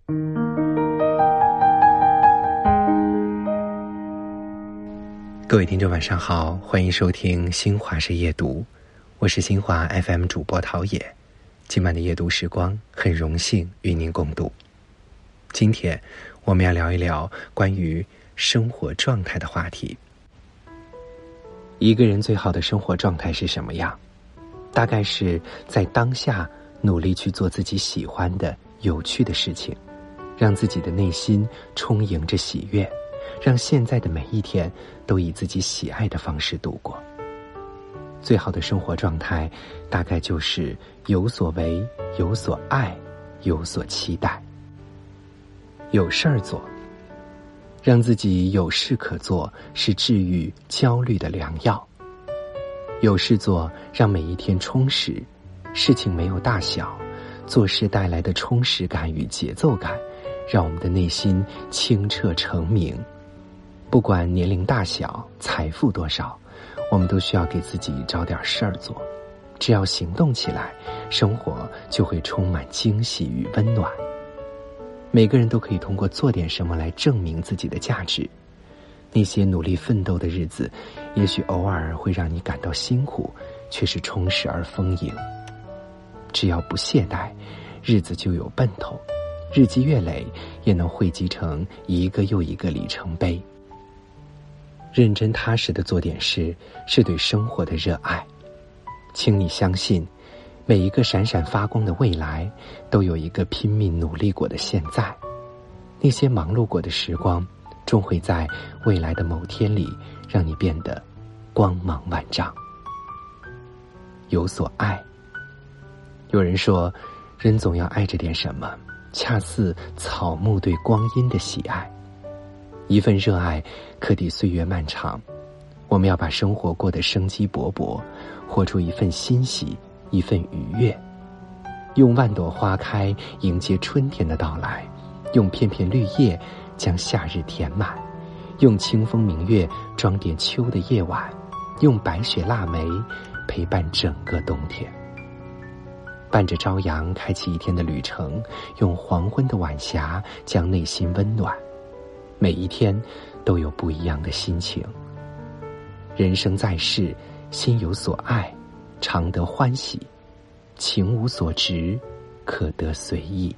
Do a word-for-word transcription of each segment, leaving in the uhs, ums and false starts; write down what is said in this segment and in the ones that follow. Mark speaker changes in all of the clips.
Speaker 1: 各位听众晚上好，欢迎收听新华社夜读，我是新华 F M 主播陶冶。今晚的夜读时光很荣幸与您共度。今天我们要聊一聊关于生活状态的话题。一个人最好的生活状态是什么样？大概是在当下努力去做自己喜欢的有趣的事情，让自己的内心充盈着喜悦，让现在的每一天都以自己喜爱的方式度过。最好的生活状态大概就是有所为，有所爱，有所期待。有事儿做，让自己有事可做是治愈焦虑的良药。有事做，让每一天充实。事情没有大小，做事带来的充实感与节奏感让我们的内心清澈澄明。不管年龄大小，财富多少，我们都需要给自己找点事儿做。只要行动起来，生活就会充满惊喜与温暖。每个人都可以通过做点什么来证明自己的价值。那些努力奋斗的日子，也许偶尔会让你感到辛苦，却是充实而丰盈。只要不懈怠，日子就有奔头，日积月累也能汇集成一个又一个里程碑。认真踏实的做点事，是对生活的热爱。请你相信，每一个闪闪发光的未来，都有一个拼命努力过的现在。那些忙碌过的时光，终会在未来的某天里，让你变得光芒万丈。有所爱。有人说，人总要爱着点什么，恰似草木对光阴的喜爱。一份热爱可抵岁月漫长。我们要把生活过得生机勃勃，活出一份欣喜，一份愉悦。用万朵花开迎接春天的到来，用片片绿叶将夏日填满，用清风明月装点秋的夜晚，用白雪腊梅陪伴整个冬天。伴着朝阳开启一天的旅程，用黄昏的晚霞将内心温暖。每一天都有不一样的心情。人生在世，心有所爱，常得欢喜；情无所值，可得随意。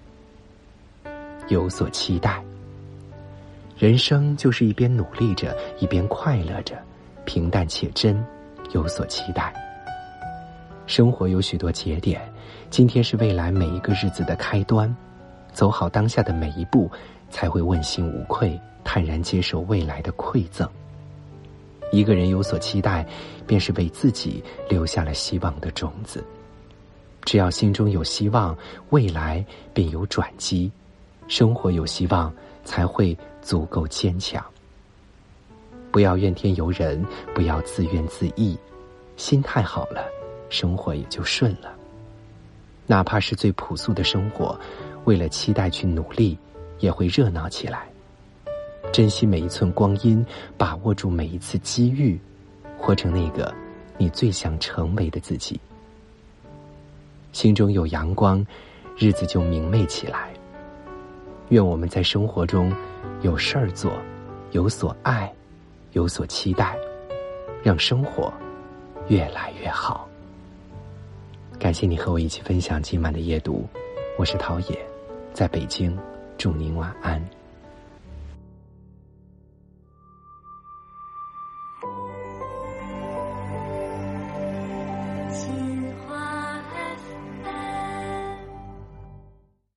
Speaker 1: 有所期待。人生就是一边努力着，一边快乐着，平淡且真，有所期待。生活有许多节点，今天是未来每一个日子的开端。走好当下的每一步，才会问心无愧，坦然接受未来的馈赠。一个人有所期待，便是为自己留下了希望的种子。只要心中有希望，未来便有转机。生活有希望，才会足够坚强。不要怨天尤人，不要自怨自艾，心态好了，生活也就顺了。哪怕是最朴素的生活，为了期待去努力，也会热闹起来。珍惜每一寸光阴，把握住每一次机遇，活成那个你最想成为的自己。心中有阳光，日子就明媚起来。愿我们在生活中有事儿做，有所爱，有所期待，让生活越来越好。感谢你和我一起分享今晚的夜读，我是陶冶，在北京，祝您晚安。